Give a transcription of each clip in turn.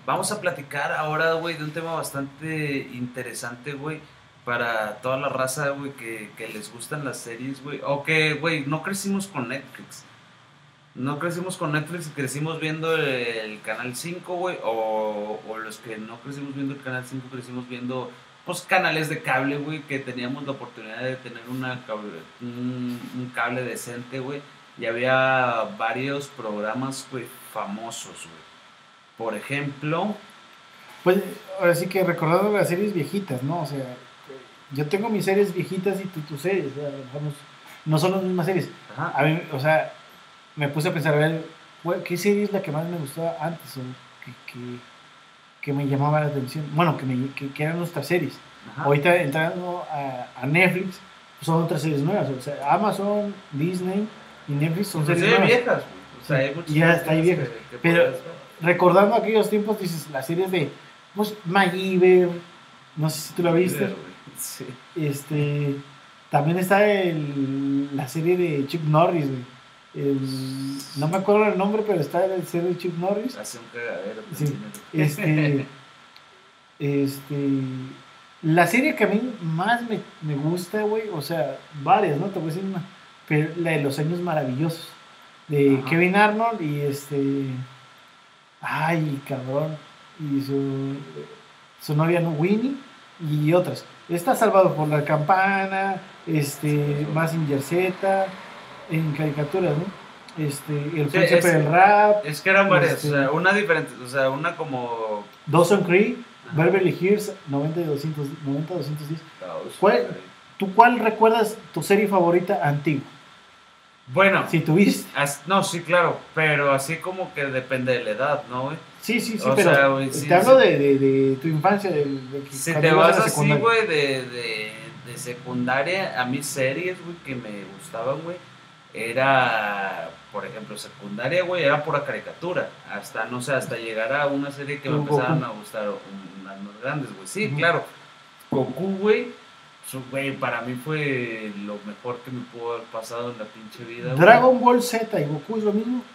Vamos a platicar ahora, güey, de un tema bastante interesante, güey, para toda la raza, güey, que les gustan las series, güey. O que, güey, no crecimos con Netflix. No crecimos con Netflix y crecimos viendo el Canal 5, güey. O los que no crecimos viendo el Canal 5, crecimos viendo, pues, canales de cable, güey, que teníamos la oportunidad de tener un cable decente, güey. Y había varios programas, güey, famosos, güey. Por ejemplo, Pues ahora sí que recordando las series viejitas, ¿no? O sea, yo tengo mis series viejitas y tú tus series, o sea, a lo mejor no son las mismas series. ajá, A mí, o sea, me puse a pensar, a ver, ¿qué serie es la que más me gustaba antes o que, que, que me llamaba la atención? Bueno, que eran nuestras series. ajá. Ahorita entrando a Netflix, pues son otras series nuevas. O sea, Amazon, Disney y Netflix son series Inclusive nuevas. viejas, güey. O sea, Sí, hay muchas y ya series está ahí viejas viejas. que Pero podrías ver. recordando aquellos tiempos, dices, las series de pues, MacGyver, no sé si tú la MacGyver, viste. güey. Sí. Este, también está la serie de Chuck Norris, güey. No me acuerdo el nombre, pero está la serie de Chuck Norris. Hace un cagadero Sí, también. este, este, la serie que a mí más me gusta, güey, o sea, varias, ¿no? Te voy a decir una, pero la de Los Años Maravillosos, de Ajá. Kevin Arnold y ay, cabrón, y su novia no, Winnie y otras. Está Salvado por la Campana, Mazinger Z, en caricaturas, ¿no? El Sí, Príncipe del Rap, es que eran varias. O sea, este, una diferente. O sea, una como. Dawson Creek, Ajá. Beverly Hills 90-210. Dawson ¿Cuál, Creek. ¿Tú cuál recuerdas tu serie favorita antigua? Bueno, Si tuviste. no, sí, claro. Pero así como que depende de la edad, ¿no, güey? Sí, sí, sí, O pero sea, güey, te hablo de tu infancia, de que si te cuando ibas a vas la así, secundaria. güey, de secundaria, a mí series, güey, que me gustaban, güey, era, por ejemplo, secundaria, güey, era pura caricatura. Hasta, no sé, hasta llegar a una serie que me Tu Goku. empezaron a gustar unas más grandes, güey. Sí, Ujú. claro. Goku, güey, güey, para mí fue lo mejor que me pudo haber pasado en la pinche vida, güey. Dragon Ball Z y Goku es lo mismo.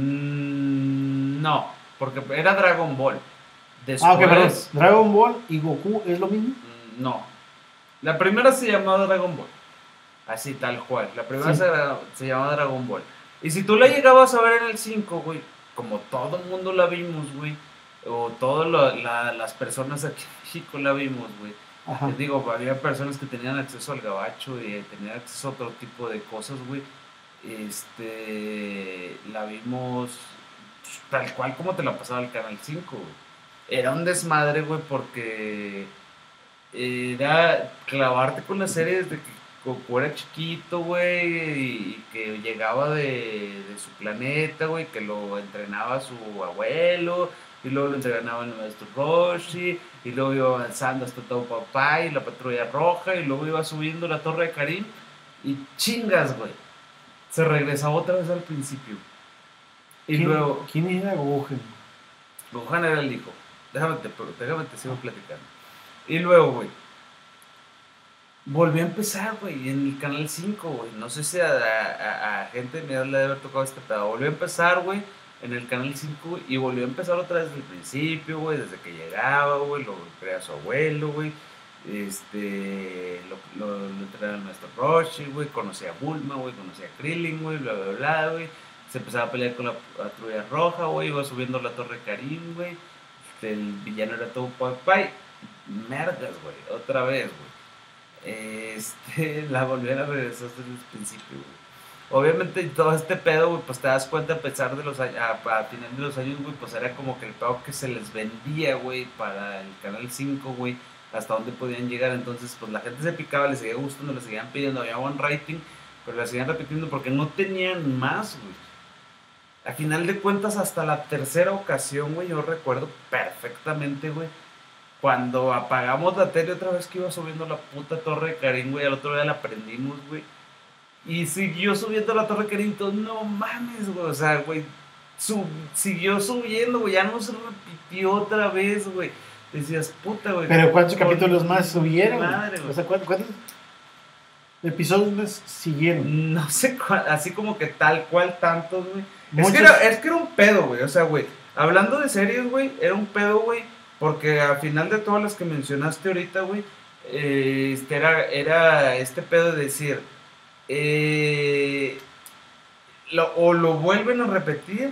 No, porque era Dragon Ball. Ah, ok, perdón. Después, Dragon Ball y Goku es lo mismo. no. La primera se llamaba Dragon Ball. Así, tal cual. La primera Sí. se llamaba Dragon Ball. Y si tú la llegabas a ver en el 5, güey, como todo el mundo la vimos, güey, o todas las personas aquí en México la vimos, güey. Ajá. Digo, había personas que tenían acceso al gabacho y tenían acceso a otro tipo de cosas, güey. La vimos pues, tal cual como te la pasaba el Canal 5, güey. Era un desmadre, güey, porque era clavarte con la serie desde que Goku era chiquito, güey, y que llegaba de su planeta, güey, que lo entrenaba su abuelo, y luego lo entrenaba el maestro Roshi, y luego iba avanzando hasta todo papá y la patrulla roja, y luego iba subiendo la torre de Karim, y chingas, güey. Se regresaba otra vez al principio. Y luego, ¿Quién era Gohan? Gohan era el hijo. Déjame te sigo platicando. Y luego, güey, volvió a empezar, güey, en el Canal 5, güey. No sé si a gente de mi edad le debe haber tocado este pedo. Volvió a empezar, güey, en el Canal 5, güey, y volvió a empezar otra vez desde el principio, güey, desde que llegaba, güey, lo crea su abuelo, güey. Lo entrenaba el maestro Roshi, güey, conocía a Bulma, güey, conocía a Krillin, güey, bla, bla, bla, güey. Se empezaba a pelear con la patrulla roja, güey, iba subiendo la torre Karim, güey. El villano era todo papá. Merdas, güey, otra vez, güey. La volvieron a regresar desde el principio, güey. Obviamente todo este pedo, güey, pues te das cuenta a pesar de los años, a final de los años, güey, pues era como que el pedo que se les vendía, güey, para el Canal 5, güey, hasta dónde podían llegar. Entonces, pues la gente se picaba, les seguía gustando, les seguían pidiendo, había buen rating, pero la seguían repitiendo porque no tenían más, güey. A final de cuentas, hasta la tercera ocasión, güey, yo recuerdo perfectamente, güey, cuando apagamos la tele otra vez que iba subiendo la puta torre de Karim, güey, al otro día la prendimos, güey. Y siguió subiendo la torre de Karim, todo, no mames, güey, o sea, güey, siguió subiendo, güey, ya no se repitió otra vez, güey. Decías, puta, güey, Pero ¿cuántos con capítulos más subieron? madre, O güey. sea, ¿cuántos episodios más siguieron? No sé, así como que tal cual tantos, güey. Muchos. Es que era un pedo, güey, o sea, güey. Hablando de series, güey, era un pedo, güey, porque al final de todas las que mencionaste ahorita, güey, era este pedo de decir, eh, o lo vuelven a repetir,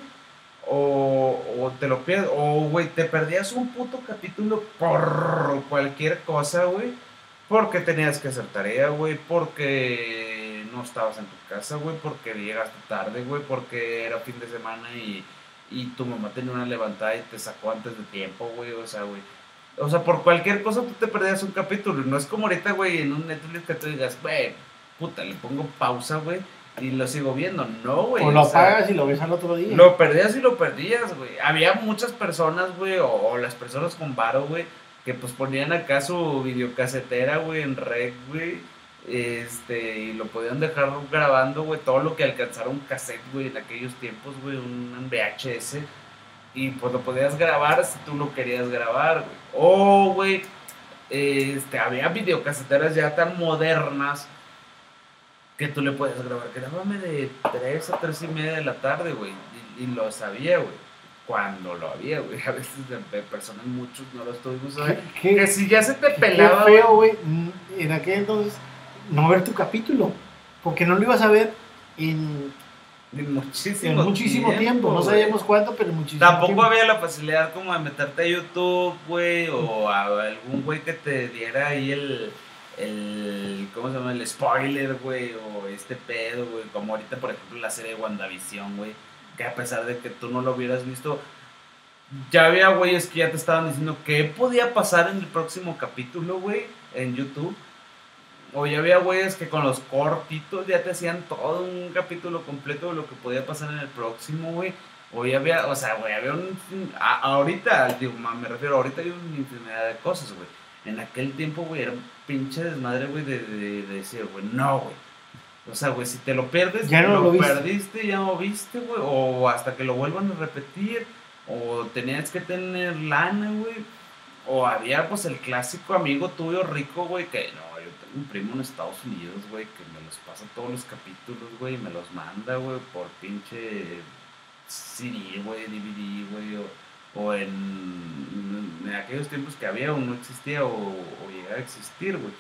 o te lo pierdes, o, güey, te perdías un puto capítulo por cualquier cosa, güey, porque tenías que hacer tarea, güey, porque no estabas en tu casa, güey, porque llegaste tarde, güey, porque era fin de semana y tu mamá tenía una levantada y te sacó antes de tiempo, güey, o sea, güey. O sea, por cualquier cosa tú te perdías un capítulo. No es como ahorita, güey, en un Netflix que tú digas, güey, puta, le pongo pausa, güey, y lo sigo viendo. No, güey. O lo apagas y lo ves al otro día. Lo perdías y lo perdías, güey. Había muchas personas, güey, o las personas con varo, güey, que pues ponían acá su videocasetera, güey, en rec, güey. Y lo podían dejar grabando, güey, todo lo que alcanzara un cassette, güey, en aquellos tiempos, güey, un VHS. Y pues lo podías grabar si tú lo querías grabar, güey. O, güey, había videocaseteras ya tan modernas que tú le puedes grabar. Grábame de 3 a 3 y media de la tarde, güey. Y lo sabía, güey. Cuando lo había, güey. A veces de personas, muchos no lo tuvimos a ver. Que si ya se te pelaba. Qué feo, güey. En aquel entonces, no ver tu capítulo. Porque no lo ibas a ver en muchísimo tiempo. No sabíamos cuánto, pero muchísimo Tampoco tiempo. había la facilidad como de meterte a YouTube, güey, o a algún güey que te diera ahí ¿cómo se llama? El spoiler, güey, o este pedo, güey, como ahorita, por ejemplo, la serie de WandaVision, güey, que a pesar de que tú no lo hubieras visto, ya había güeyes que ya te estaban diciendo qué podía pasar en el próximo capítulo, güey, en YouTube. O ya había güeyes que con los cortitos ya te hacían todo un capítulo completo de lo que podía pasar en el próximo, güey. O ya había, o sea, güey, había ahorita, digo, me refiero, ahorita hay una infinidad de cosas, güey. En aquel tiempo, güey, era un pinche desmadre, güey, de decir, güey, no, güey. O sea, güey, si te lo pierdes, ya no lo perdiste, ya no viste, güey. O hasta que lo vuelvan a repetir. O tenías que tener lana, güey. O había, pues, el clásico amigo tuyo rico, güey, que no, yo tengo un primo en Estados Unidos, güey, que me los pasa todos los capítulos, güey, y me los manda, güey, por pinche CD, güey, DVD, güey, o en aquellos tiempos que había o no existía o llegaba a existir, güey.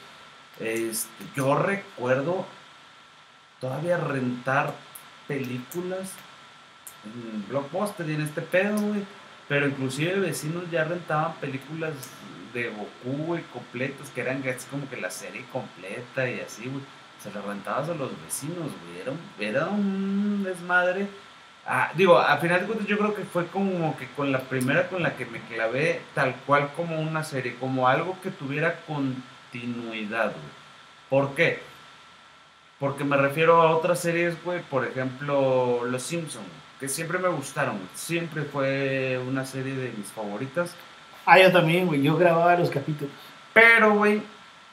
Yo recuerdo todavía rentar películas en Blockbuster y en este pedo, güey. Pero inclusive vecinos ya rentaban películas de Goku, güey, completas, que eran así como que la serie completa y así, güey. Se las rentabas a los vecinos, güey. Era un desmadre. Digo, a final de cuentas yo creo que fue como que con la primera con la que me clavé tal cual como una serie, como algo que tuviera continuidad, güey. ¿Por qué? Porque me refiero a otras series, güey, por ejemplo, Los Simpsons, que siempre me gustaron, güey. Siempre fue una serie de mis favoritas. Yo también, güey, yo grababa los capítulos. Pero, güey,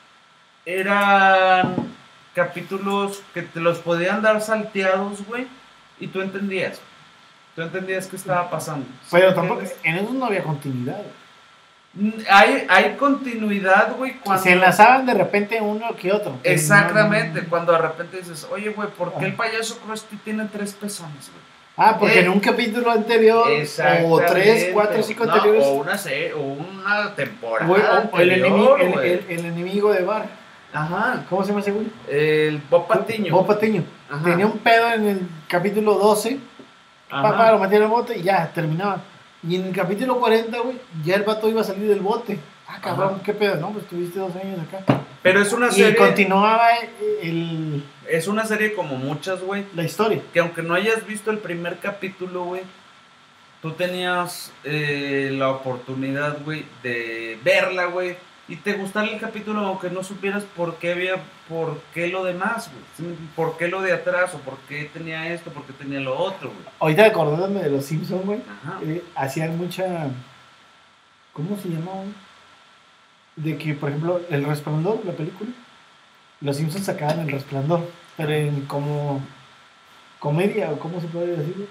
eran capítulos que te los podían dar salteados, güey, y tú entendías. Tú entendías qué estaba pasando. Pero tampoco, en eso no había continuidad. Hay continuidad, güey, cuando se enlazaban de repente uno que otro. Exactamente, cuando de repente dices, oye, güey, ¿por qué el payaso Krusty tiene 3 pezones, güey? Porque en un capítulo anterior, o 3, 4, 5 anteriores. O una serie, o una temporada. O el enemigo de Bar. Ajá. ¿Cómo se llama ese güey? El Bob Patiño. Bob Patiño. Tenía un pedo en el capítulo 12. Papá lo metía en el bote y ya, terminaba. Y en el capítulo 40, güey, ya el vato iba a salir del bote. Cabrón, qué pedo, ¿no? Pues tuviste 2 años acá. Pero es una serie. Y continuaba Es una serie como muchas, güey. La historia. Que aunque no hayas visto el primer capítulo, güey, tú tenías la oportunidad, güey, de verla, güey. Y te gustara el capítulo aunque no supieras por qué lo demás, güey. Por qué lo de atrás, o por qué tenía esto, por qué tenía lo otro, güey. Ahorita acordándome de los Simpsons, güey. Hacían mucha... ¿Cómo se llama, güey? De que, por ejemplo, El Resplandor, la película. Los Simpsons sacaban El Resplandor. Pero en como... comedia, o cómo se puede decir,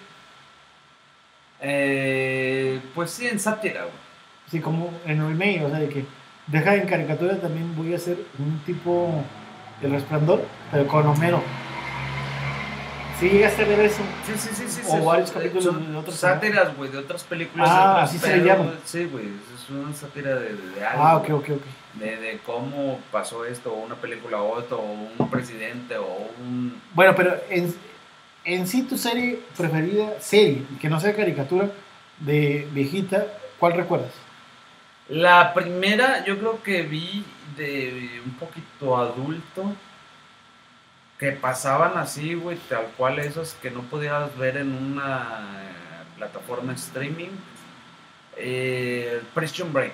güey. Pues sí, en sátira, güey. Sí, como en remake, o sea, de que... Deja en caricatura también voy a hacer un tipo El Resplandor, pero con Homero. ¿Sí llegaste a ver eso? Sí. O varios capítulos de otros. Sátiras, güey, de otras películas. Ah, así se le llama. Sí, güey, es una sátira de algo. Ah, ok. De cómo pasó esto, o una película, o esto, o un presidente, o un... Bueno, pero en sí tu serie preferida, serie, que no sea caricatura, de viejita, ¿cuál recuerdas? La primera, yo creo que vi de un poquito adulto, que pasaban así, güey, tal cual esos que no podías ver en una plataforma streaming. Prison Break.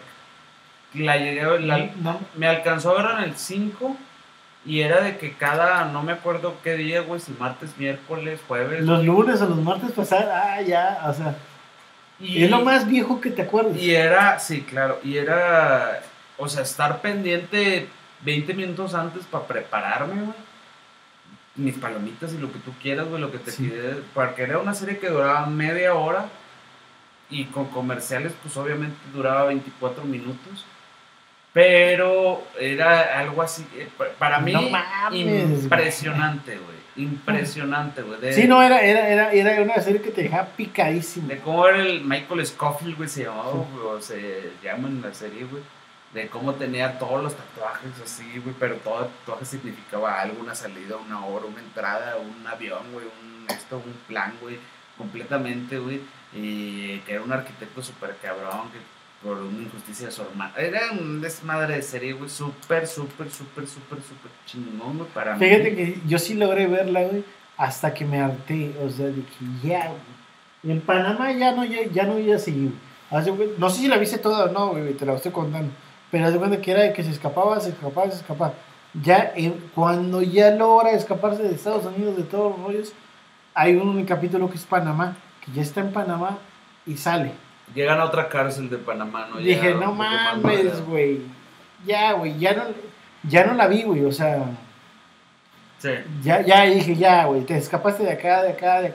No, Me alcanzó a ver en el 5 y era de que cada, no me acuerdo qué día, güey, si martes, miércoles, jueves. los lunes o los martes pasaban, ya, o sea, es lo más viejo que te acuerdas. Y era, sí, claro, y era, o sea, estar pendiente 20 minutos antes para prepararme, güey. Mis palomitas y lo que tú quieras, güey, lo que te pide, porque era una serie que duraba media hora y con comerciales, pues obviamente duraba 24 minutos. Pero era algo así, para mí, no mames, impresionante, güey. Impresionante, güey. Sí, no, era una serie que te dejaba picadísimo. De cómo era el Michael Scofield, güey, se llamaba, o se llama en la serie, güey. De cómo tenía todos los tatuajes así, güey, pero todo tatuaje significaba algo, una salida, una hora, una entrada, un avión, güey, un plan, güey, completamente, güey. Y que era un arquitecto súper cabrón, que por una injusticia de su hermano. Era un desmadre de serie, güey, súper chingón, güey, para mí. Fíjate que yo sí logré verla, güey, hasta que me harté, o sea, de que ya, güey. En Panamá ya no iba a seguir. No sé si la viste toda o no, güey, te la estoy contando. Pero haz de cuenta que era de que se escapaba. Ya, cuando ya logra escaparse de Estados Unidos, de todos los rollos, hay un capítulo que es Panamá, que ya está en Panamá y sale. Llegan a otra cárcel de Panamá, ¿no? Dije, ya, no mames, güey. Güey, ya no la vi, güey, o sea. Sí. Ya dije, ya, güey, te escapaste de acá.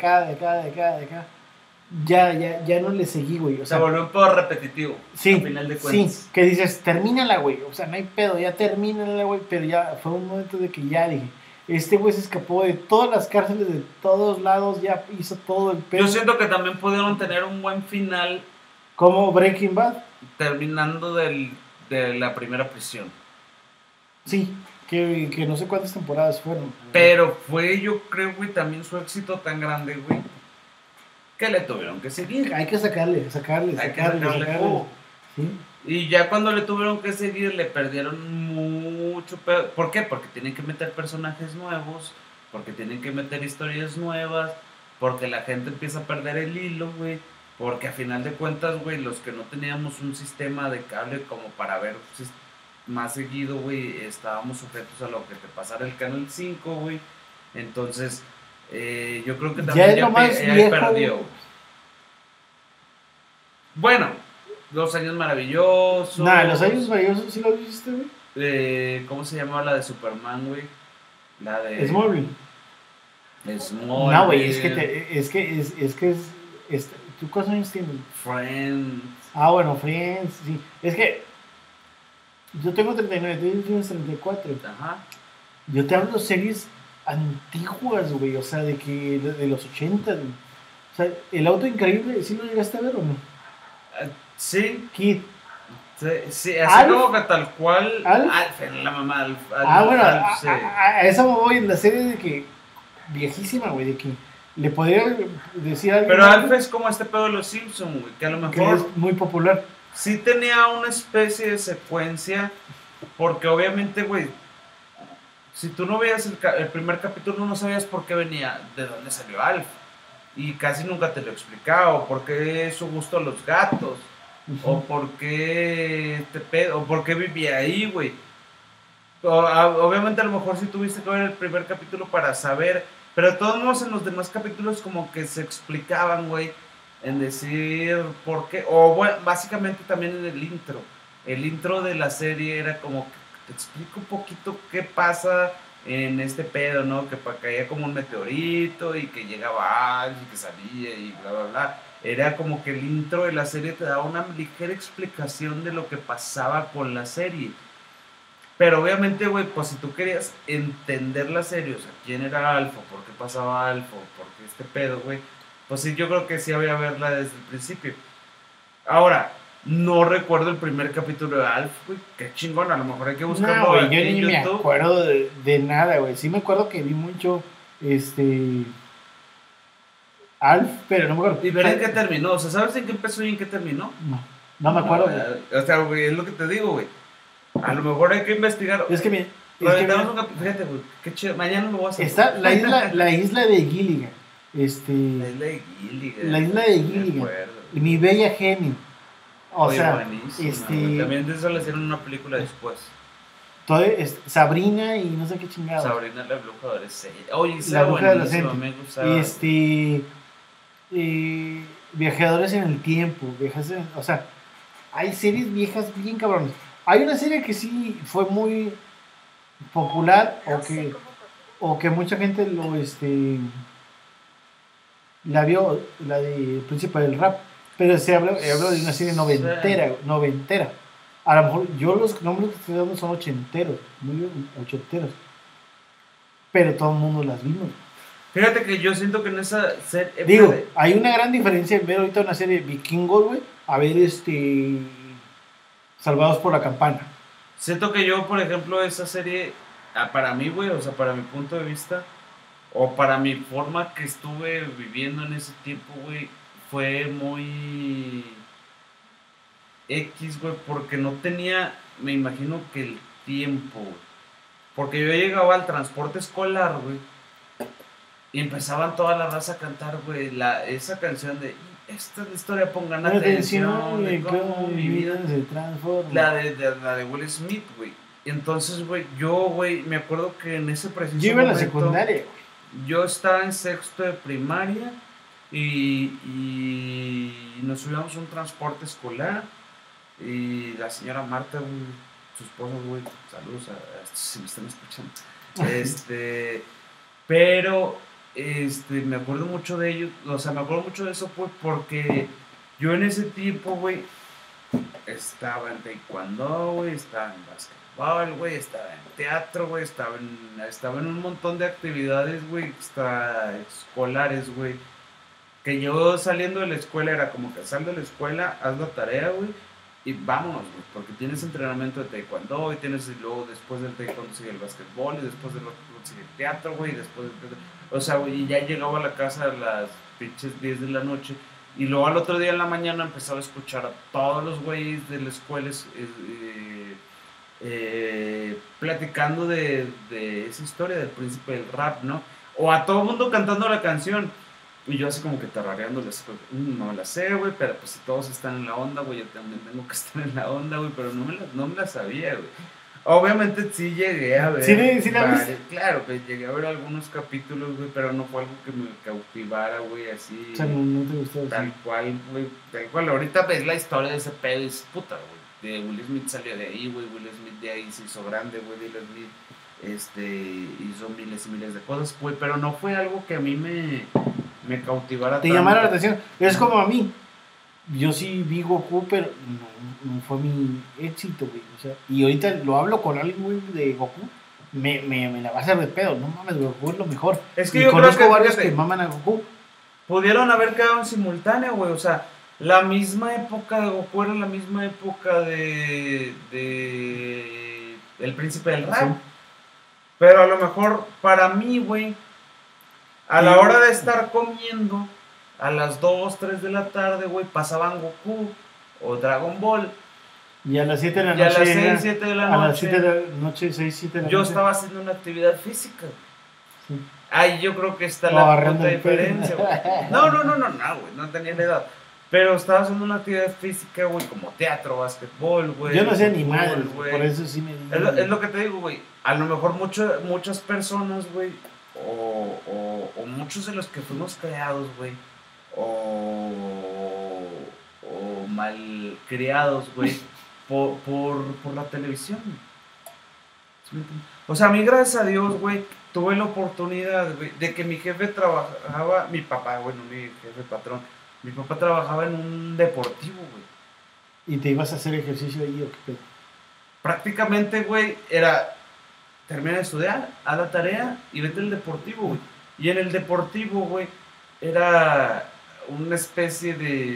Ya no le seguí, güey. O sea, se volvió un poco repetitivo. Sí, al final de cuentas. Sí, que dices, termínala, güey. O sea, no hay pedo, ya termínala, güey. Pero ya fue un momento de que ya dije, este güey se escapó de todas las cárceles, de todos lados, ya hizo todo el pedo. Yo siento que también pudieron tener un buen final. Como Breaking Bad. Terminando de la primera prisión. Sí, que no sé cuántas temporadas fueron. Pero fue, yo creo, güey, también su éxito tan grande, güey, que le tuvieron que seguir. Hay que sacarle. ¿Sí? Y ya cuando le tuvieron que seguir, le perdieron mucho pedo. ¿Por qué? Porque tienen que meter personajes nuevos, porque tienen que meter historias nuevas, porque la gente empieza a perder el hilo, güey. Porque a final de cuentas, güey, los que no teníamos un sistema de cable como para ver más seguido, güey, estábamos sujetos a lo que te pasara el Canal 5, güey. Entonces, yo creo que también ya perdió. Bueno, Los Años Maravillosos. Los Años Maravillosos, ¿sí lo viste, güey? ¿Cómo se llamaba la de Superman, güey? La de... Smallville. No, güey, es que ¿tú cuántos años tienes? Friends. Ah, bueno, Friends, sí. Es que yo tengo 39, tú tienes 34. Ajá. Yo te hablo de series antiguas, güey, o sea, de los 80, güey. O sea, El Auto Increíble, ¿sí lo llegaste a ver o no? Sí. Kid. Sí, así como que tal cual. Alf, la mamá Alf. Bueno, Alf, sí. a esa me voy en la serie de que viejísima, güey, de que le podría decir algo. Pero Alf es como este pedo de los Simpsons, güey, que a lo mejor que es muy popular. Sí tenía una especie de secuencia, porque obviamente, güey, si tú no veías el primer capítulo, no sabías por qué venía, de dónde salió Alf. Y casi nunca te lo explicaba, o por qué su gusto a los gatos, o por qué o por qué vivía ahí, güey. Obviamente a lo mejor sí tuviste que ver el primer capítulo para saber, pero de todos modos en los demás capítulos como que se explicaban, güey, en decir por qué, o bueno, básicamente también en el intro. El intro de la serie era como que te explico un poquito qué pasa en este pedo, ¿no? Que caía como un meteorito y que llegaba alguien y que salía y bla, bla, bla. Era como que el intro de la serie te daba una ligera explicación de lo que pasaba con la serie. Pero obviamente, güey, pues si tú querías entender la serie, o sea, quién era Alfo, por qué pasaba Alfo, por qué este pedo, güey, pues sí, yo creo que sí había que verla desde el principio. Ahora, no recuerdo el primer capítulo de Alf, güey, qué chingón, a lo mejor hay que No, buscarlo güey, aquí yo en ni me YouTube. acuerdo de nada, güey. Sí me acuerdo que vi mucho, Alf, pero no me acuerdo. Y ver en qué terminó, o sea, ¿sabes en qué empezó y en qué terminó? No, no me acuerdo, güey. O sea, güey, es lo que te digo, güey. A lo mejor hay que investigar. Es que, es que Reventamos mira, un capítulo, fíjate, güey, qué chido, mañana lo voy a hacer. está la isla de Gilligan. La isla de Gilligan. La isla de Me Gilligan. acuerdo. Mi bella genio. O Oye, sea, buenísima, güey. También de eso le hicieron una película después. Sabrina y no sé qué chingado. Sabrina la bruja adolescente. Oye, La bruja buenísima, adolescente. me gustaba. Viajeadores en el tiempo. O sea, hay series viejas bien cabrones. Hay una serie que sí fue muy popular o que mucha gente la vio, la de Príncipe del Rap, pero hablo de una serie noventera. A lo mejor yo los nombres que estoy dando son ochenteros, muy ochenteros, pero todo el mundo las vimos. Fíjate que yo siento que en esa serie... Digo, hay una gran diferencia en ver ahorita una serie de vikingos, güey, a ver Salvados por la Campana. Siento que yo, por ejemplo, esa serie, para mí, güey, o sea, para mi punto de vista, o para mi forma que estuve viviendo en ese tiempo, güey, fue muy X, güey, porque no tenía, me imagino que el tiempo, güey. Porque yo llegaba al transporte escolar, güey, y empezaban toda la raza a cantar, güey, esa canción de esta es la historia, pongan atención, de cómo mi vida se transforma. La de Will Smith, güey. Entonces, güey, güey, me acuerdo que en ese preciso yo iba en la momento, secundaria, yo estaba en sexto de primaria y nos subíamos a un transporte escolar y la señora Marta, güey, su esposa, güey, saludos a estos si me están escuchando. Pero me acuerdo mucho de ello, o sea, me acuerdo mucho de eso, pues, porque yo en ese tiempo, güey, estaba en taekwondo, güey, estaba en básquetbol, güey, estaba en teatro, güey, estaba en un montón de actividades, güey, escolares, güey, que yo saliendo de la escuela era como que sal de la escuela, haz la tarea, güey, y vámonos, güey, porque tienes entrenamiento de taekwondo y luego después del taekwondo sigue el básquetbol y después del básquetbol sigue el teatro, güey, y después o sea, güey, y ya llegaba a la casa a las pinches 10 de la noche y luego al otro día en la mañana empezaba a escuchar a todos los güeyes de la escuela platicando de esa historia del príncipe del rap, ¿no? O a todo el mundo cantando la canción. Y yo así como que tarrareándoles, no me la sé, güey, pero pues si todos están en la onda, güey, yo también tengo que estar en la onda, güey, pero no me la sabía, güey. Obviamente sí llegué a ver. ¿Sí la viste? Claro, pues llegué a ver algunos capítulos, güey, pero no fue algo que me cautivara, güey, así. O sea, no te gustó. Tal cual, güey, tal cual. Ahorita ves la historia de ese pedo y es puta, güey. De Will Smith salió de ahí, güey, Will Smith de ahí se hizo grande, güey, Will Smith hizo miles y miles de cosas, güey, pero no fue algo que a mí me cautivara. Te llamara la atención. Es como a mí. Yo sí vi Goku, pero no fue mi éxito, güey. O sea, y ahorita lo hablo con alguien, güey, de Goku. Me la va a hacer de pedo. No mames, Goku es lo mejor. Es que y yo conozco creo que, varios fíjate, que maman a Goku. Pudieron haber quedado en simultáneo, güey. O sea, la misma época de Goku era la misma época de El Príncipe del Rap. Sí. Pero a lo mejor para mí, güey, a la hora de estar comiendo, a las 2, 3 de la tarde, güey, pasaban Goku o Dragon Ball. Y a las 7 de la noche. Y a las 6, 7 de la noche. A las 7 de la noche, 6, 7 de la noche. Yo estaba haciendo una actividad física. Sí. Ahí yo creo que está la puta diferencia, güey. No, güey, no tenía la edad. Pero estaba haciendo una actividad física, güey, como teatro, básquetbol, güey. Yo no sé ni madre, güey. Por eso sí me digo. Es lo que te digo, güey. A lo mejor muchas personas, güey, o muchos de los que fuimos creados, güey, o mal criados, güey, por la televisión. O sea, a mí, gracias a Dios, güey, tuve la oportunidad, güey, de que mi jefe trabajaba, mi papá, bueno, mi jefe patrón, mi papá trabajaba en un deportivo, güey. ¿Y te ibas a hacer ejercicio ahí o qué pedo? prácticamente, güey, era termina de estudiar, haz la tarea y vete al deportivo, güey. Y en el deportivo, güey, era una especie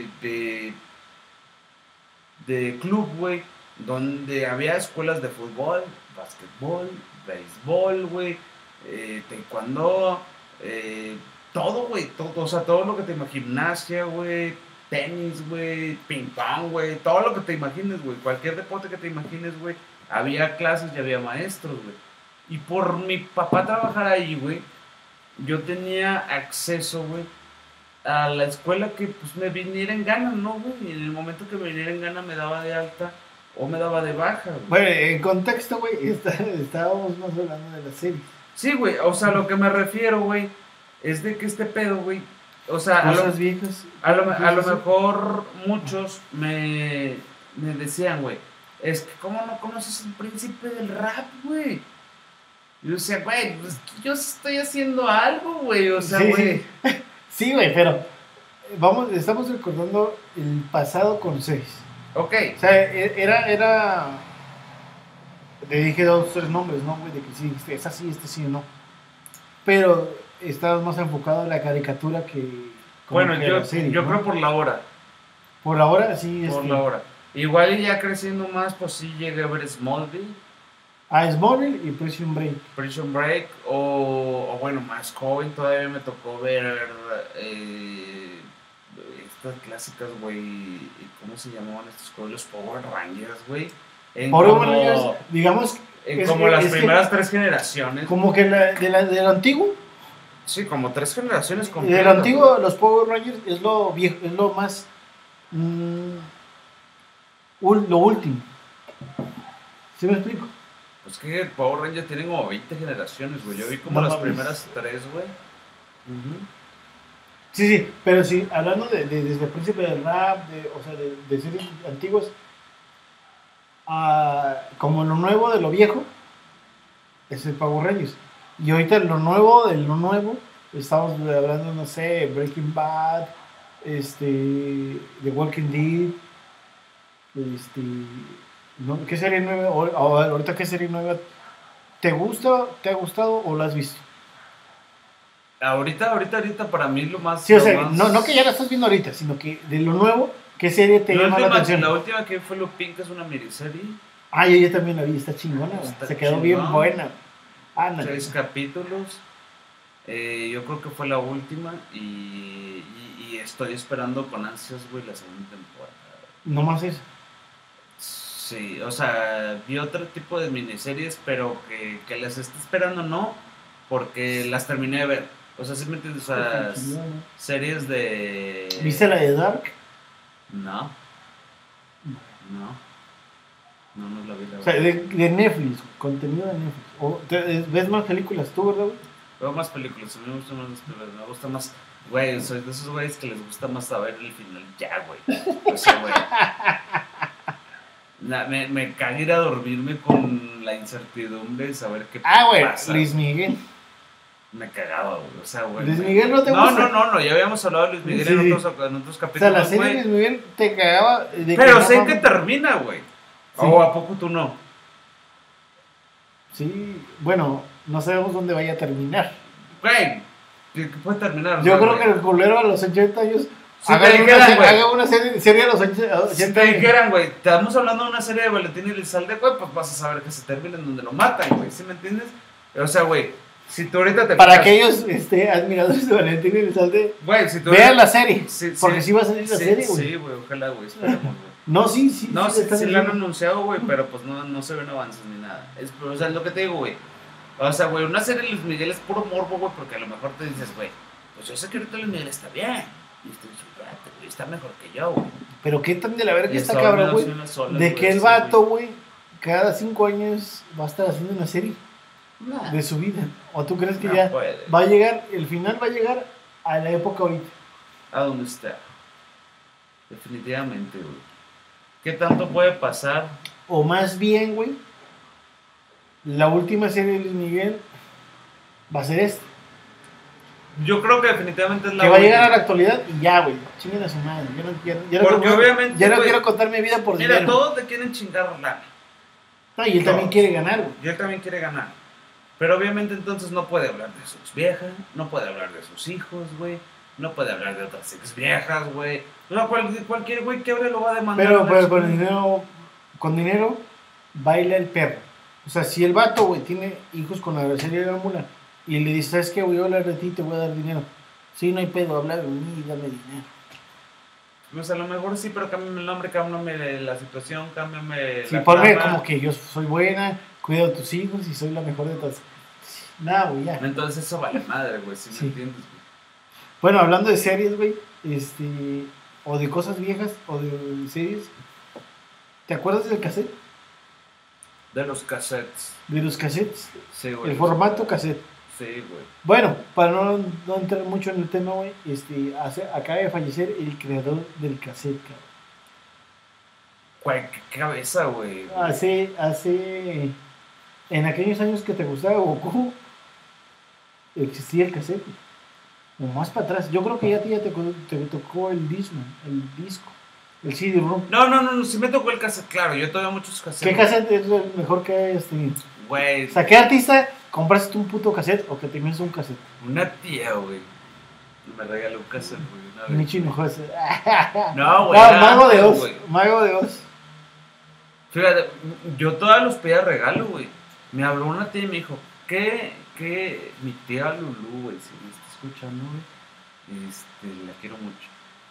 de club, güey, donde había escuelas de fútbol, básquetbol, béisbol, güey, taekwondo, todo, güey, todo, o sea, todo lo que te imaginas, gimnasia, güey, tenis, güey, ping pong, güey, todo lo que te imagines, güey, cualquier deporte que te imagines, güey, había clases y había maestros, güey. Y por mi papá trabajar ahí, güey, yo tenía acceso, güey, a la escuela que pues me viniera en gana, ¿no, güey? Y en el momento que me viniera en gana me daba de alta o me daba de baja, güey. Bueno, en contexto, güey, estábamos más hablando de la serie. Sí, güey, o sea, lo que me refiero, güey, es de que este pedo, güey, o sea, cosas viejas. A lo mejor muchos me decían, güey, es que ¿cómo no conoces el príncipe del rap, güey? Yo decía, güey, pues yo estoy haciendo algo, güey, o sea, güey. Sí. Sí, güey, pero estamos recordando el pasado con 6. Ok. O sea, era le dije 2 o 3 nombres, ¿no, güey? De que sí, es así, sí o no. Pero estabas más enfocado en la caricatura que... Bueno, yo creo por la hora. Por la hora, sí. Por la hora. Igual y ya creciendo más, pues sí llegué a ver Smallville. Smallville y Prison Break. Prison Break, o bueno, más joven todavía me tocó ver estas clásicas, güey, ¿cómo se llamaban estos? Los Power Rangers, güey. Power Rangers, digamos... como las primeras 3 generaciones. Como que del antiguo. Sí, como 3 generaciones completas. Del antiguo, los Power Rangers es lo viejo, es lo más... lo último. ¿Sí me explico? Pues que Power Rangers tienen como 20 generaciones, güey. Yo vi como las primeras 3, güey. Sí, pero sí, hablando desde el príncipe del rap, o sea, de series antiguas, como lo nuevo de lo viejo, es el Power Rangers. Y ahorita lo nuevo de lo nuevo, estamos hablando, no sé, Breaking Bad, The Walking Dead, ¿no? ¿Qué serie nueva? Ahorita, ¿qué serie nueva te gusta, te ha gustado o la has visto? Ahorita para mí lo más... Sí, o sea, no que ya la estás viendo ahorita, sino que de lo nuevo, ¿qué serie te llama la atención? La última que fue Lupin, que es una miniserie. Yo también la vi, está chingona, se quedó bien buena. 6 capítulos. Yo creo que fue la última y estoy esperando con ansias, güey, la segunda temporada. ¿No más eso? Sí, o sea, vi otro tipo de miniseries, pero que las esté esperando no, porque las terminé de ver. O sea, simplemente, o sea, series de... ¿Viste la de Dark? No la vi. O sea, de Netflix, contenido de Netflix. ¿Ves más películas tú, verdad, güey? Veo más películas, a mí me gustan más las películas, me gusta más... Güey, soy de esos güeyes que les gusta más saber el final ya, güey. O sea, güey... Me caga ir a dormirme con la incertidumbre de saber qué pasa. Luis Miguel. Me cagaba, güey. O sea, güey. ¿Luis Miguel no te gusta? No. Ya habíamos hablado de Luis Miguel en otros capítulos. O sea, la serie de Luis Miguel te cagaba. Pero sé que termina, güey. Sí. ¿O a poco tú no? Sí, bueno, no sabemos dónde vaya a terminar. Güey, ¿qué puede terminar? Yo creo que el culero a los 80 años. Haga una serie a los 80 si te dijeran, güey, estamos hablando de una serie de Valentín Elizalde, güey, pues vas a saber que se termina en donde lo matan, güey, ¿sí me entiendes? O sea, güey, si tú ahorita te... Para aquellos admiradores de Valentín Elizalde, güey, si tú vean la serie, porque sí va a salir la serie, güey. Sí, güey, ojalá, güey, esperemos, güey. No, sí. No, sí la han anunciado, güey, pero pues no se ven avances ni nada. O sea, es lo que te digo, güey. O sea, güey, una serie de Luis Miguel es puro morbo, güey, porque a lo mejor te dices, güey, pues yo sé que ahorita Luis Miguel está bien. Y estoy chupate, güey, está mejor que yo, güey. Pero qué tan de la verga está cabrón, güey. De que el vato, güey, cada 5 años va a estar haciendo una serie de su vida. ¿O tú crees que ya va a llegar, el final va a llegar a la época ahorita? A donde está. Definitivamente, güey. ¿Qué tanto puede pasar? O más bien, güey, la última serie de Luis Miguel va a ser esta. Yo creo que definitivamente es la que va a llegar a la actualidad y ya, güey. Chinguen a su madre. Yo no quiero. Porque obviamente. Ya no quiero contar mi vida por dinero. Mira, todos te quieren chingar lana. Ah, y él también quiere ganar, güey. Y él también quiere ganar. Pero obviamente entonces no puede hablar de sus viejas, no puede hablar de sus hijos, güey. No puede hablar de otras ex viejas, güey. No, cualquier güey que hable lo va a demandar. Pero con dinero baila el perro. O sea, si el vato, güey, tiene hijos con la grosería de la mula y le dice, ¿sabes qué? Voy a hablar de ti, te voy a dar dinero. Sí, no hay pedo, habla de mí, dame dinero. Pues a lo mejor sí, pero cámbiame el nombre, cámbiame la situación, cámbiame sí, la ponme trama. como que yo soy buena, cuido de tus hijos y soy la mejor de todas. Nada, güey, ya. Entonces eso vale madre, güey, si me entiendes, güey. Bueno, hablando de series, güey, o de cosas viejas, o de series, ¿te acuerdas del cassette? De los cassettes. De los cassettes. Sí, güey. El formato cassette. Sí, güey. Bueno, para no entrar mucho en el tema, güey, acaba de fallecer el creador del cassette, cabrón. ¿Qué cabeza, güey? En aquellos años que te gustaba Goku, existía el cassette. O más para atrás. Yo creo que ya a ti ya te tocó el disco, el CD-ROM. No, sí me tocó el cassette, claro, yo todavía muchos cassettes. ¿Qué cassette es el mejor que hayas tenido? Güey. O sea, ¿qué artista compraste un puto cassette o que tenías un cassette? Una tía, güey. Me regaló un cassette, güey. Ni chino, joder. No, güey. No, Mago de Oz. Mago de Oz. Fíjate, yo todavía los pedía regalo, güey. Me habló una tía y me dijo, mi tía Lulú, güey, si me está escuchando, güey, la quiero mucho.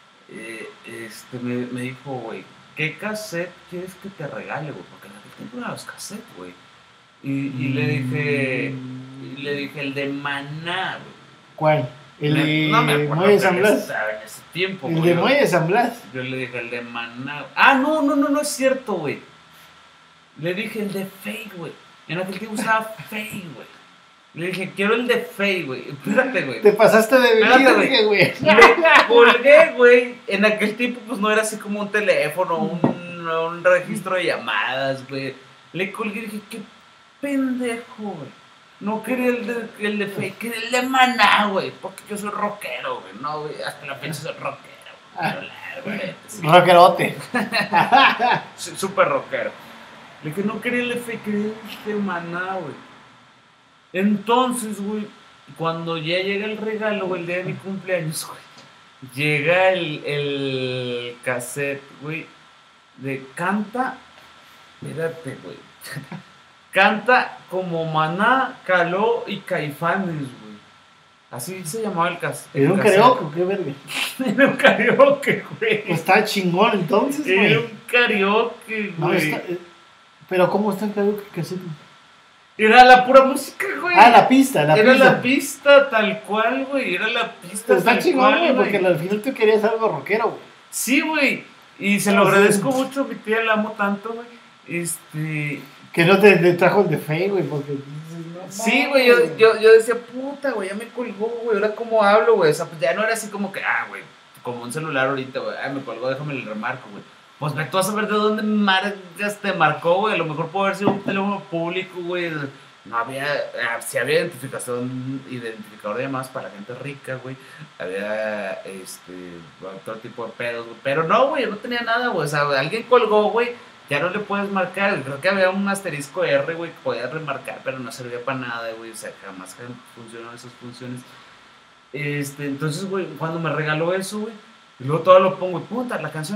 Me dijo, güey, ¿qué cassette quieres que te regale, güey? Porque en aquel tiempo eran los cassettes, güey. Y le dije, el de Maná, güey. ¿Cuál? El de no me acuerdo Muelle San Blas. En ese tiempo, el de Muelle San Blas. Yo le dije, el de Maná. Ah, no es cierto, güey. Le dije el de Faye, güey. En aquel tiempo usaba Faye, güey. Le dije, quiero el de Faye, güey. Espérate, güey. Te pasaste de Espérate, güey. Le colgué, güey. En aquel tiempo, pues no era así como un teléfono, un registro de llamadas, güey. Le colgué y dije, qué pendejo, güey. No quería el de Faye, quería el de Maná, güey. Porque yo soy rockero, güey. No, güey. Hasta la fecha soy rockero, güey. Rockerote. Súper rockero. Le dije, no quería el de Faye, quería el de Maná, güey. Entonces, güey, cuando ya llega el regalo, güey, el día de mi cumpleaños, güey, llega el cassette, güey, de canta, espérate, güey, canta como Maná, Caló y Caifanes, güey. Así se llamaba el cassette. ¿Era un karaoke? ¿Qué verga? Era un karaoke, güey. Pues está chingón entonces, güey. Era un karaoke, güey. No, pero ¿cómo está el karaoke cassette? Era la pura música, güey. Ah, la pista. Era la pista tal cual, güey. Era la pista pero está chingón, güey, porque al final tú querías algo rockero, güey. Sí, güey. Y se lo agradezco mucho a mi tía, la amo tanto, güey. Que no te trajo el de Faye, güey, porque... Sí, güey, yo decía, puta, güey, ya me colgó, güey, ahora cómo hablo, güey. O sea, pues ya no era así como que, güey, como un celular ahorita, güey. Me colgó, déjame el remarco, güey. Pues tú vas a ver de dónde marcas te marcó, güey. A lo mejor puede haber sido un teléfono público, güey. No había, sí había identificador de llamadas para gente rica, güey. Había, otro tipo de pedos, güey. Pero no, güey, no tenía nada, güey. O sea, alguien colgó, güey, ya no le puedes marcar. Creo que había un asterisco R, güey, que podías remarcar, pero no servía para nada, güey. O sea, jamás funcionaron esas funciones. Entonces, güey, cuando me regaló eso, güey, y luego todo lo pongo y puta, la canción.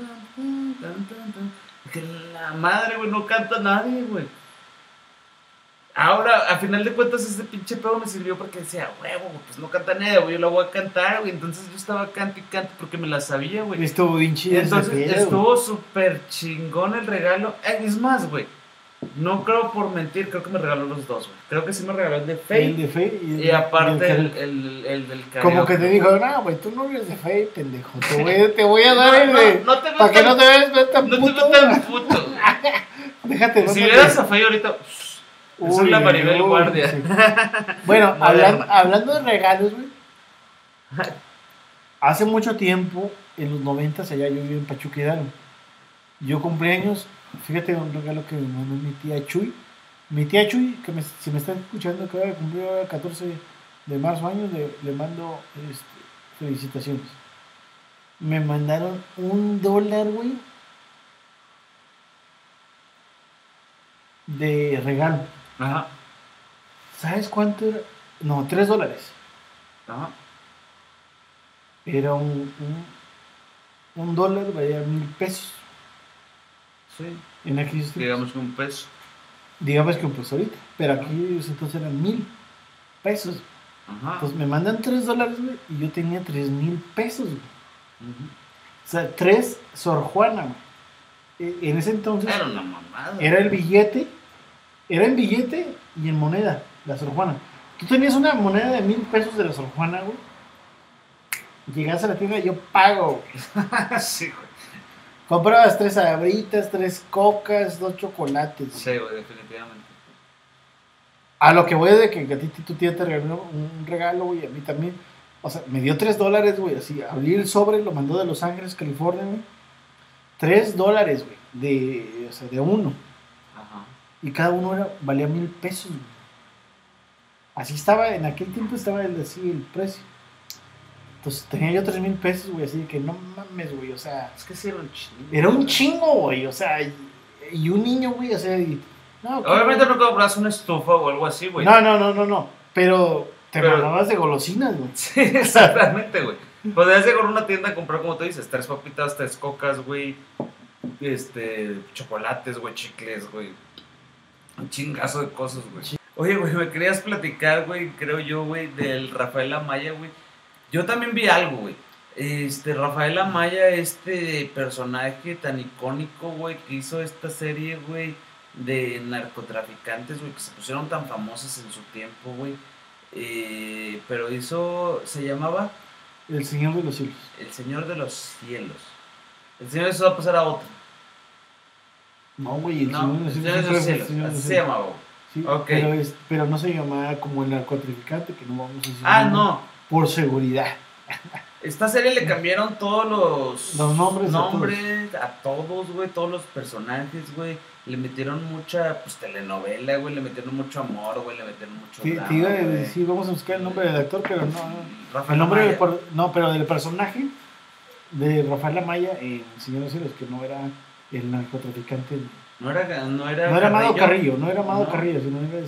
Que la madre, güey, no canta nadie, güey. Ahora, a final de cuentas, este pinche pedo me sirvió porque decía, huevo, pues no canta nadie, güey, yo la voy a cantar, güey. Entonces yo estaba cante y cante porque me la sabía, güey. Estuvo bien chido. Entonces estuvo súper chingón el regalo. Es más, güey, no creo por mentir, creo que me regaló los dos, güey. Creo que sí me regaló el de Faye. El de Faye y aparte el del karaoke. Como que te dijo, no, güey, tú no eres de Faye, pendejo. Te voy a dar el de... Para que no te veas tan puto. No te metas puto. Déjate. Si vieras a Faye ahorita... Esa es la Maribel Guardia. Sí. Bueno, hablando de regalos, güey. Hace mucho tiempo, en los 90, allá yo vivía en Pachuca Hidalgo. Yo cumpleaños, fíjate un regalo que me mandó mi tía Chuy. Mi tía Chuy, que si me está escuchando, acaba de cumplir el 14 de marzo años, le mando felicitaciones. Me mandaron $1, güey. de regalo. Ajá. ¿Sabes cuánto era? No, $3. Ajá. Era un dólar, valía 1,000 pesos Sí. en aquellos tiempos. Digamos que un peso. Digamos que pues ahorita, pero aquí entonces eran 1,000 pesos. Ajá. Entonces me mandan $3, güey, y yo tenía 3,000 pesos, güey. Ujú. O sea, 3 Sor Juana, güey. En ese entonces Era una mamada. era el billete, era en billete y en moneda, la Sor Juana. Tú tenías una moneda de 1,000 pesos de la Sor Juana, güey. Llegas a la tienda y yo pago, güey. Sí, güey. Comprabas 3 sabritas, 3 cocas, 2 chocolates. Sí, güey, definitivamente. A lo que voy es de que a ti tu tía te regaló un regalo, güey, a mí también. O sea, me dio $3, güey, así. Abrí el sobre, lo mandó de Los Ángeles, California, güey. $3, güey, o sea, de uno. Ajá. Y cada uno valía 1,000 pesos, güey. Así estaba, en aquel tiempo estaba así el precio. Entonces tenía yo 3,000 pesos, güey, así de que no mames, güey, o sea. Es que sí era un chingo. Era un chingo, güey, o sea, y un niño, güey, o sea, no, Obviamente no compras una estufa o algo así, güey. No, pero te mandabas de golosinas, güey. Sí, exactamente, güey. Podrías llegar a una tienda a comprar, como tú dices, 3 papitas, 3 cocas, güey. Chocolates, güey, chicles, güey. Un chingazo de cosas, güey. Oye, güey, me querías platicar, güey, creo yo, güey, del Rafael Amaya, güey. Yo también vi algo, güey. Rafael Amaya, este personaje tan icónico, güey, que hizo esta serie, güey, de narcotraficantes, güey, que se pusieron tan famosas en su tiempo, güey. Pero se llamaba El Señor de los Cielos. El Señor de los Cielos. El Señor se va a pasar a otro. No, güey, el No, Señor de El los Señor de los Cielos. Cielos, así se llamaba, güey. Sí, Ok. pero no se llamaba como el narcotraficante, que no vamos a decir. Ah, no. Por seguridad. Esta serie le cambiaron todos los nombres a todos, güey, todos los personajes, güey. Le metieron mucha, pues, telenovela, güey, le metieron mucho amor, güey, le metieron mucho drama, Te iba a güey. decir, vamos a buscar el nombre del actor, pero no. Rafael El nombre Amaya. no, pero del personaje de Rafael Amaya en Señor de los Cielos, que no era el narcotraficante. No era Amado Carrillo, no era Amado No. Carrillo, sino era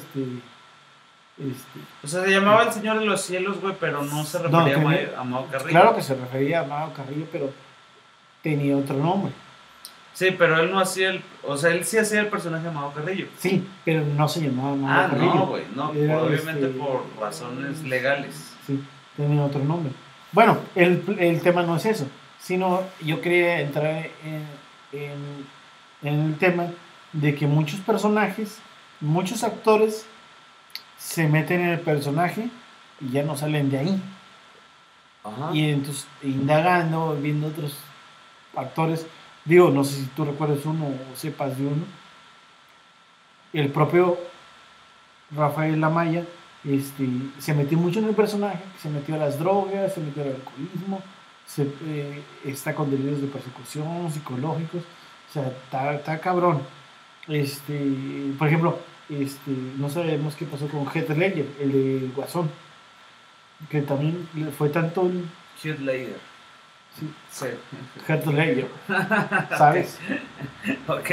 O sea, se llamaba El Señor de los Cielos, güey, pero no se refería a Amado Carrillo. Claro que se refería a Amado Carrillo, pero tenía otro nombre. Sí, pero él no hacía o sea, él sí hacía el personaje de Amado Carrillo. Sí, pero no se llamaba Amado Carrillo. No, güey, no, Era, obviamente por razones legales. Sí, tenía otro nombre. Bueno, el tema no es eso, sino yo quería entrar en el tema de que muchos personajes, muchos actores se meten en el personaje y ya no salen de ahí. Ajá. Y entonces, indagando, viendo otros actores, digo, no sé si tú recuerdas uno o sepas de uno, el propio Rafael Amaya se metió mucho en el personaje, se metió a las drogas, se metió al alcoholismo, está con delirios de persecución, psicológicos, o sea, está cabrón. Por ejemplo, no sabemos qué pasó con Heath Ledger, el de Guasón, que también fue tanto el... Heath Ledger. Sí. Heath Ledger, ¿sabes? Ok.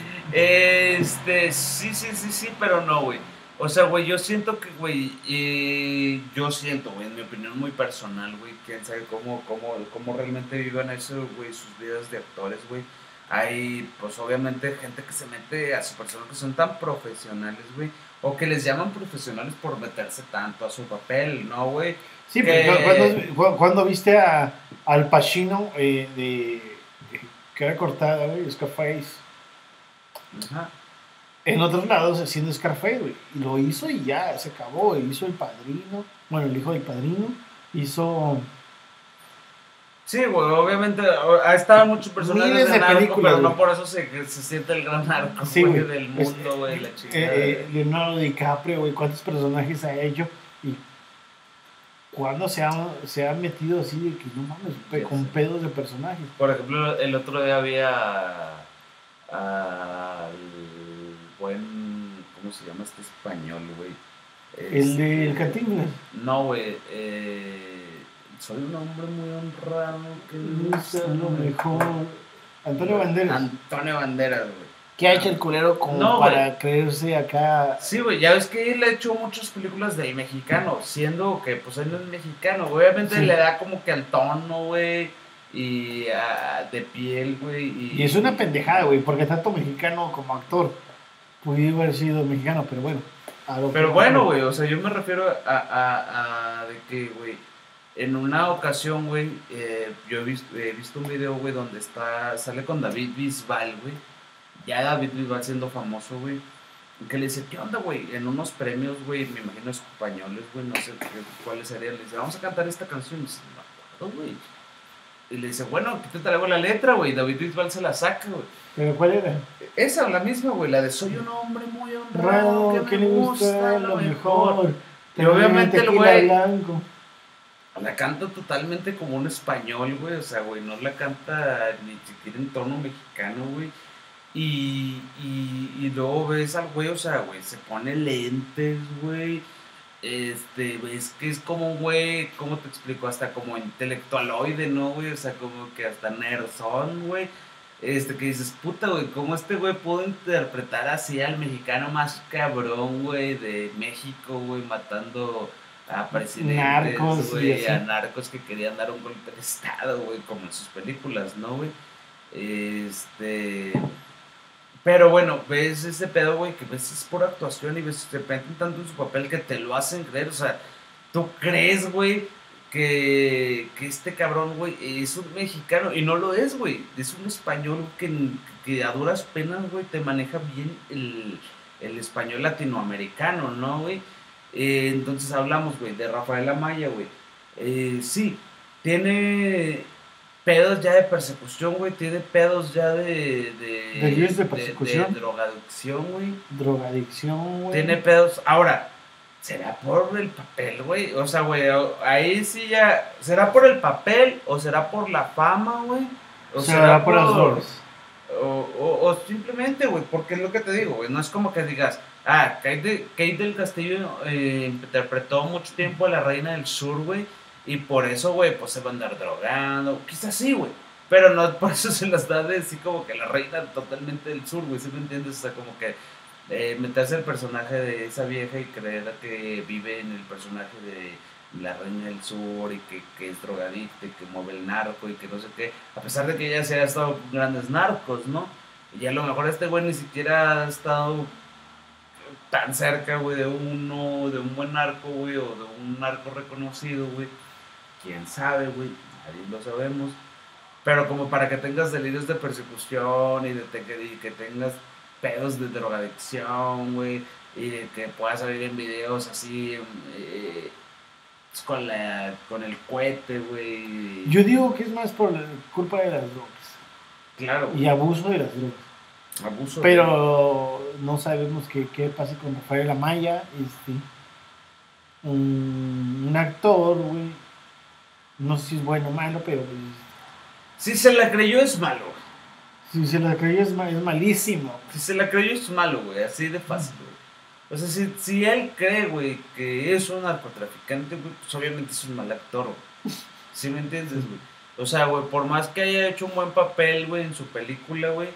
Sí, pero no, güey. O sea, güey, yo siento que, güey, en mi opinión muy personal, güey, quién sabe cómo realmente vivan eso, güey, sus vidas de actores, güey. Hay, pues, obviamente, gente que se mete a su persona que son tan profesionales, güey, o que les llaman profesionales por meterse tanto a su papel, ¿no, güey? Sí, cuando viste al Pacino de cara cortada, güey, Scarface. Ajá. En otros lados haciendo Scarface, güey. Y lo hizo y ya, se acabó. Hizo El Padrino. Bueno, el hijo del Padrino. Hizo... Sí, güey, obviamente estaban muchos personajes miles de narco, películas, pero no güey. por eso se siente el gran narco, Sí, güey, güey. del mundo, güey, la chingada. Leonardo DiCaprio, güey, cuántos personajes ha hecho y cuándo se ha metido así de que no mames, con pedos de personajes. Por ejemplo, el otro día había al buen, ¿cómo se llama este español, güey? El de Cantinflas. No, güey, soy un hombre muy honrado que lucha lo mejor. Antonio Banderas. Antonio Banderas, güey. ¿Qué ha hecho el culero como No, para güey. creerse acá? Sí, güey, ya ves que él ha hecho muchas películas del mexicano, siendo que pues él no es mexicano, güey. Obviamente Sí. le da como que al tono, güey, y de piel, güey. Y es una pendejada, güey, porque tanto mexicano como actor pudo haber sido mexicano, pero bueno. Pero bueno, güey, o sea, yo me refiero a de que, güey, en una ocasión, güey, yo he visto un video, güey, donde sale con David Bisbal, güey. Ya David Bisbal siendo famoso, güey. Que le dice, ¿qué onda, güey? En unos premios, güey, me imagino españoles, güey, no sé cuáles serían. Le dice, vamos a cantar esta canción. Y dice, no me acuerdo, güey. Y le dice, bueno, aquí te traigo la letra, güey. David Bisbal se la saca, güey. ¿Pero cuál era? Esa, la misma, güey, la de soy un hombre muy honrado, Raro, que me gusta lo mejor. Y Pero obviamente el tequila güey blanco. la canta totalmente como un español, güey. O sea, güey, no la canta ni siquiera en tono mexicano, güey. Y luego ves al güey, o sea, güey, se pone lentes, güey. Ves que es como un güey, ¿cómo te explico? Hasta como intelectualoide, ¿no, güey? O sea, como que hasta nerdson, güey. Que dices, puta, güey, ¿cómo este güey pudo interpretar así al mexicano más cabrón, güey, de México, güey, matando a presidentes, Narcos y güey, así. a narcos que querían dar un golpe de estado, güey, como en sus películas, ¿no, güey? Este... Pero bueno, ves ese pedo, güey, que ves es pura actuación y ves, se meten tanto en su papel que te lo hacen creer. O sea, tú crees, güey, que este cabrón, güey, es un mexicano y no lo es, güey. Es un español que a duras penas, güey, te maneja bien el español latinoamericano, ¿no, güey? Entonces hablamos, güey, de Rafael Amaya, güey. Sí, tiene pedos ya de persecución, güey. Tiene pedos ya ¿De guías de persecución? de drogadicción, güey. Drogadicción, güey. Tiene pedos. Ahora, ¿será por el papel, güey? O sea, güey, ahí sí ya. ¿Será por el papel o será por la fama, güey? O será por las drogas. O simplemente, güey, porque es lo que te digo, güey. No es como que digas, Kate del Castillo interpretó mucho tiempo a la Reina del Sur, güey. Y por eso, güey, pues se va a andar drogando. Quizás sí, güey. Pero no por eso se las da de así como que la reina totalmente del sur, güey. ¿Sí me entiendes? O sea, como que meterse el personaje de esa vieja y creer que vive en el personaje de la reina del sur y que es drogadicta y que mueve el narco y que no sé qué. A pesar de que ella se ha estado con grandes narcos, ¿no? Y a lo mejor este güey ni siquiera ha estado tan cerca, güey, de un buen narco, güey, o de un narco reconocido, güey. Quién sabe, güey, nadie lo sabemos. Pero como para que tengas delirios de persecución y que tengas pedos de drogadicción, güey, y de que puedas salir en videos así, con el cohete, güey. Yo digo que es más por la culpa de las drogas. Claro, Y abuso de las drogas. abuso. Pero no sabemos qué pasa con Rafael Amaya, un actor, güey. No sé si es bueno o malo, pero pues, Si se la creyó es malo. si se la creyó es malísimo. Si se la creyó es malo, güey, así de fácil, güey. O sea, si él cree, güey, que es un narcotraficante, güey, pues obviamente es un mal actor, güey. ¿Sí me entiendes, güey? O sea, güey, por más que haya hecho un buen papel, güey, en su película, güey,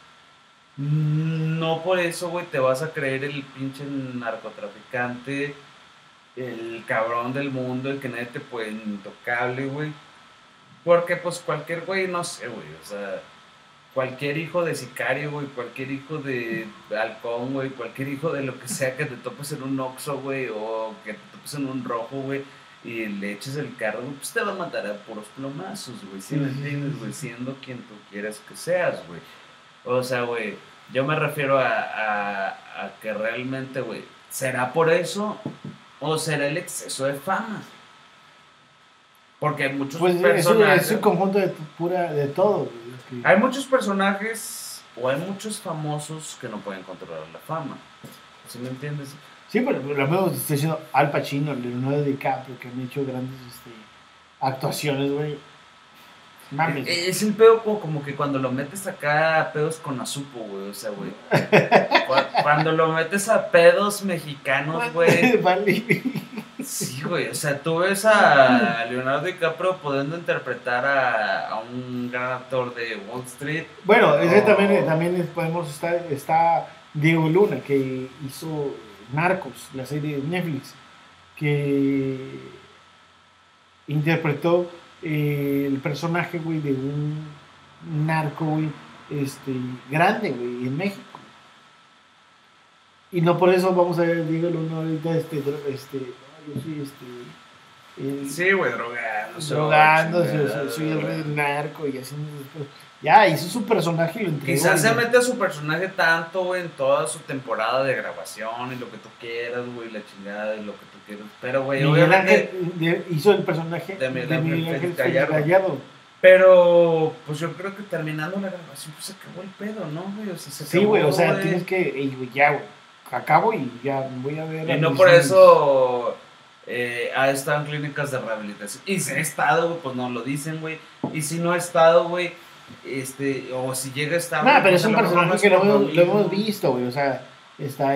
no por eso, güey, te vas a creer el pinche narcotraficante, el cabrón del mundo, el que nadie te puede intocable, güey. Porque, pues, cualquier güey, no sé, güey, o sea, cualquier hijo de sicario, güey, cualquier hijo de halcón, güey, cualquier hijo de lo que sea que te topes en un Oxxo, güey, o que te topes en un rojo, güey, y le eches el carro, güey, pues te va a matar a puros plomazos, güey, ¿sí me entiendes, güey? Siendo quien tú quieras que seas, güey. O sea, güey, yo me refiero a que realmente, güey, ¿será por eso o será el exceso de fama? Porque hay muchos Pues personajes. es un conjunto de todo, güey. Hay muchos personajes o hay muchos famosos que no pueden controlar la fama. ¿Sí me entiendes? Sí, pero lo mismo estoy diciendo Al Pacino, Leonardo DiCaprio, que han hecho grandes actuaciones, güey. Mames. Es el pedo como que cuando lo metes acá a pedos con azupo, güey. O sea, güey. Cuando lo metes a pedos mexicanos, güey. Vale. Sí, güey, o sea, tú ves a Leonardo DiCaprio pudiendo interpretar a un gran actor de Wall Street. Bueno, ese o- podemos estar, está Diego Luna, que hizo Narcos, la serie de Netflix, que interpretó el personaje, güey, de un narco, güey, grande, güey, en México. Y no por eso vamos a ver, Diego Luna ahorita, yo soy Sí, güey, drogándose. drogándose, soy el rey Chingada. del narco y haciendo después. Ya, hizo su personaje y lo entregó. Quizás se güey. mete a su personaje tanto, güey, en toda su temporada de grabación y lo que tú quieras, güey, la chingada y lo que tú quieras. Pero, güey, Miguel obviamente. Ángel hizo el personaje De de Miguel Ángel Miguel Ángel Félix Félix Gallardo. Pero, pues yo creo que terminando la grabación, pues se acabó el pedo, ¿no, güey? O sea, se Sí, acabó, güey, o sea, güey. tienes que, güey, ya, güey, acabo y ya voy a ver. Y a no mis por amigos. eso ha estado en clínicas de rehabilitación. Y si ha estado, güey, pues no lo dicen, güey. Y si no ha estado, güey, o si llega a estar. No, güey, pero pues es a un lo mejor no personaje es que por lo mismo. hemos visto, güey, o sea, está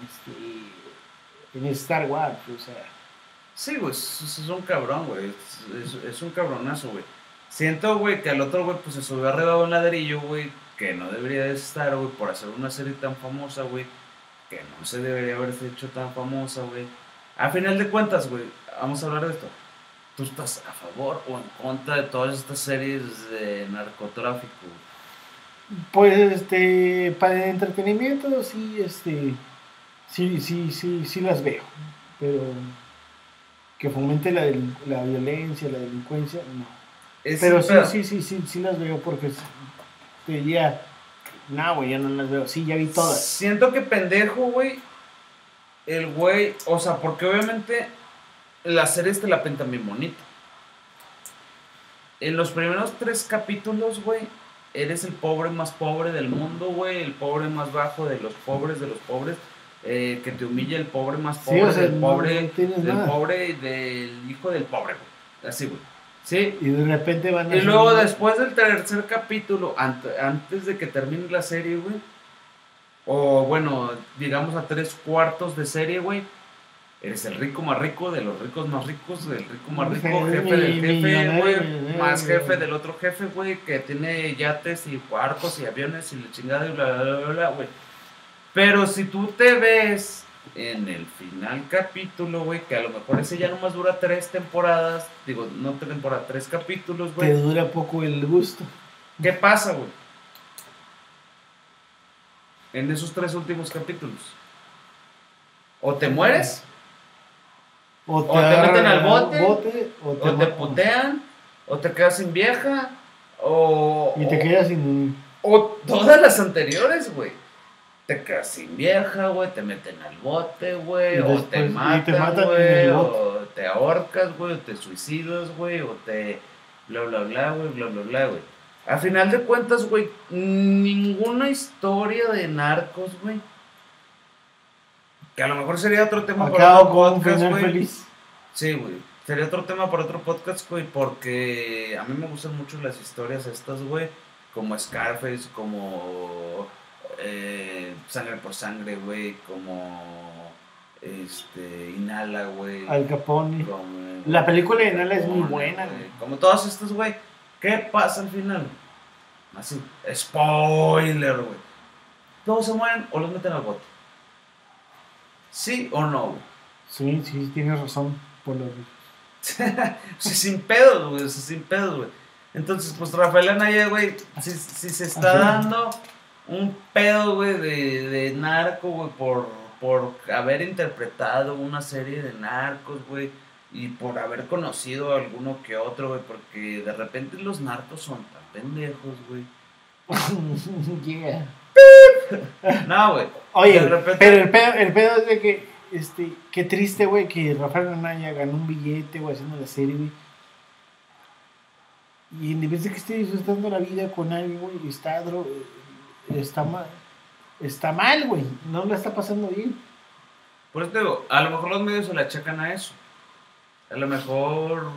en Star Wars, o sea. Sí, güey, es un cabrón, güey. Es un cabronazo, güey. Siento, güey, que al otro, güey, pues se subió arriba de un ladrillo, güey, que no debería de estar, güey, por hacer una serie tan famosa, güey, que no se debería haberse hecho tan famosa, güey. A final de cuentas, güey, vamos a hablar de esto. ¿Tú estás a favor o en contra de todas estas series de narcotráfico? Pues, para el entretenimiento, sí, sí las veo, pero que fomente la violencia, la delincuencia, no. Es Pero el sí, pedo. sí las veo porque te diría, no, güey, ya no las veo. Sí, ya vi todas. Siento que pendejo, güey, el güey, o sea, porque obviamente las series te la pintan bien bonito. En los primeros 3 capítulos, güey, eres el pobre más pobre del mundo, güey, el pobre más bajo de los pobres, que te humilla el pobre más Sí, pobre, o sea, del pobre, no tienes del nada. pobre y del hijo del pobre, güey. Así, güey. ¿Sí? Y de repente van a Y luego hacer- después del tercer capítulo, antes de que termine la serie, güey, o bueno, digamos a 3 cuartos de serie, güey, eres el rico más rico de los ricos más ricos, del rico más rico, jefe del jefe, millonario, güey, millonario, más jefe güey. del otro jefe, güey, que tiene yates y barcos y aviones y la chingada y bla, bla, bla, bla, güey. Pero si tú te ves en el final capítulo, güey, que a lo mejor ese ya nomás dura 3 temporadas, digo, no 3 temporadas, 3 capítulos, Te güey. dura poco el gusto. ¿Qué pasa, güey? En esos 3 últimos capítulos. O te mueres, O te meten al bote, o o te matan. putean, o te quedas sin vieja, o... Y te quedas sin. O todas las anteriores, güey. Te quedas sin vieja, güey, te meten al bote, güey, Y o te después- y te matan matan, en güey, el bote. o te ahorcas, güey, o te suicidas, güey, o te bla, bla, bla, güey, bla, bla, bla, güey. A final de cuentas, güey, ninguna historia de narcos, güey, que a lo mejor sería otro tema para Acabo otro con un podcast, final güey. feliz. Sí, güey. Sería otro tema para otro podcast, güey, porque a mí me gustan mucho las historias estas, güey, como Scarface, como Sangre por Sangre, güey, como Inhala, güey. Al Capone. como- La película de Inhala es muy Capone, buena, güey. güey. Como todos estos, güey. ¿Qué pasa al final? Así, spoiler, güey. Todos se mueren o los meten al bote. ¿Sí o no, güey? Sí, sí, tienes razón. Por lo O sea, sin pedos, güey, o sea, sin pedos, güey. Entonces, pues Rafael Anaya, güey, si se está Ajá. dando un pedo, güey, de narco, güey, por haber interpretado una serie de narcos, güey, y por haber conocido a alguno que otro, güey, porque de repente los narcos son tan pendejos, güey. Yeah. No, güey. Oye, de repente... pero el pedo es de que, qué triste, güey, que Rafael Anaya ganó un billete, güey, haciendo la serie, güey. Y en vez de que esté disfrutando la vida con alguien, güey, está mal. Está mal, güey. No la está pasando bien. Por eso te digo, a lo mejor los medios se le achacan a eso. A lo mejor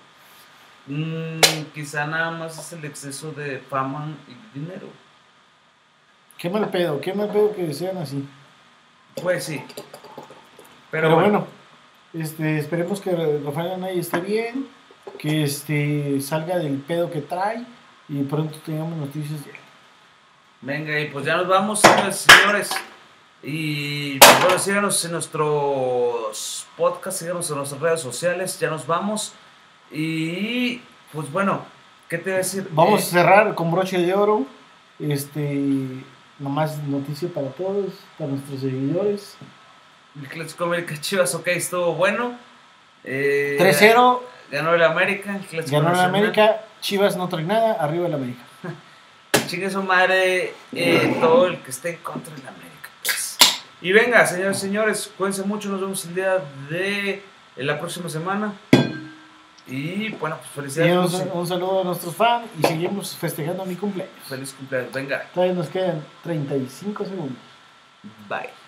quizá nada más es el exceso de fama y dinero. Qué mal pedo que sean así. Pues sí. Pero bueno, Esperemos que Rafael Anaya esté bien, que salga del pedo que trae y pronto tengamos noticias de él. Venga, y pues ya nos vamos, señores y señores. Y pues bueno, síganos en nuestros podcasts, síganos en nuestras redes sociales, ya nos vamos. Y pues bueno, ¿qué te voy a decir? Vamos a cerrar con broche de oro. Nomás noticia para todos, para nuestros seguidores. El Clásico América Chivas, ok, estuvo bueno. 3-0. Ganó el América. Ganó el América. Chivas no trae nada. Arriba el América. Chingue su madre todo el que esté en contra del América. Pues. Y venga, señores y señores, cuídense mucho. Nos vemos el día de la próxima semana. Y bueno, pues felicidades. Y un saludo a nuestros fans y seguimos festejando mi cumpleaños. Feliz cumpleaños, venga. Todavía nos quedan 35 segundos. Bye.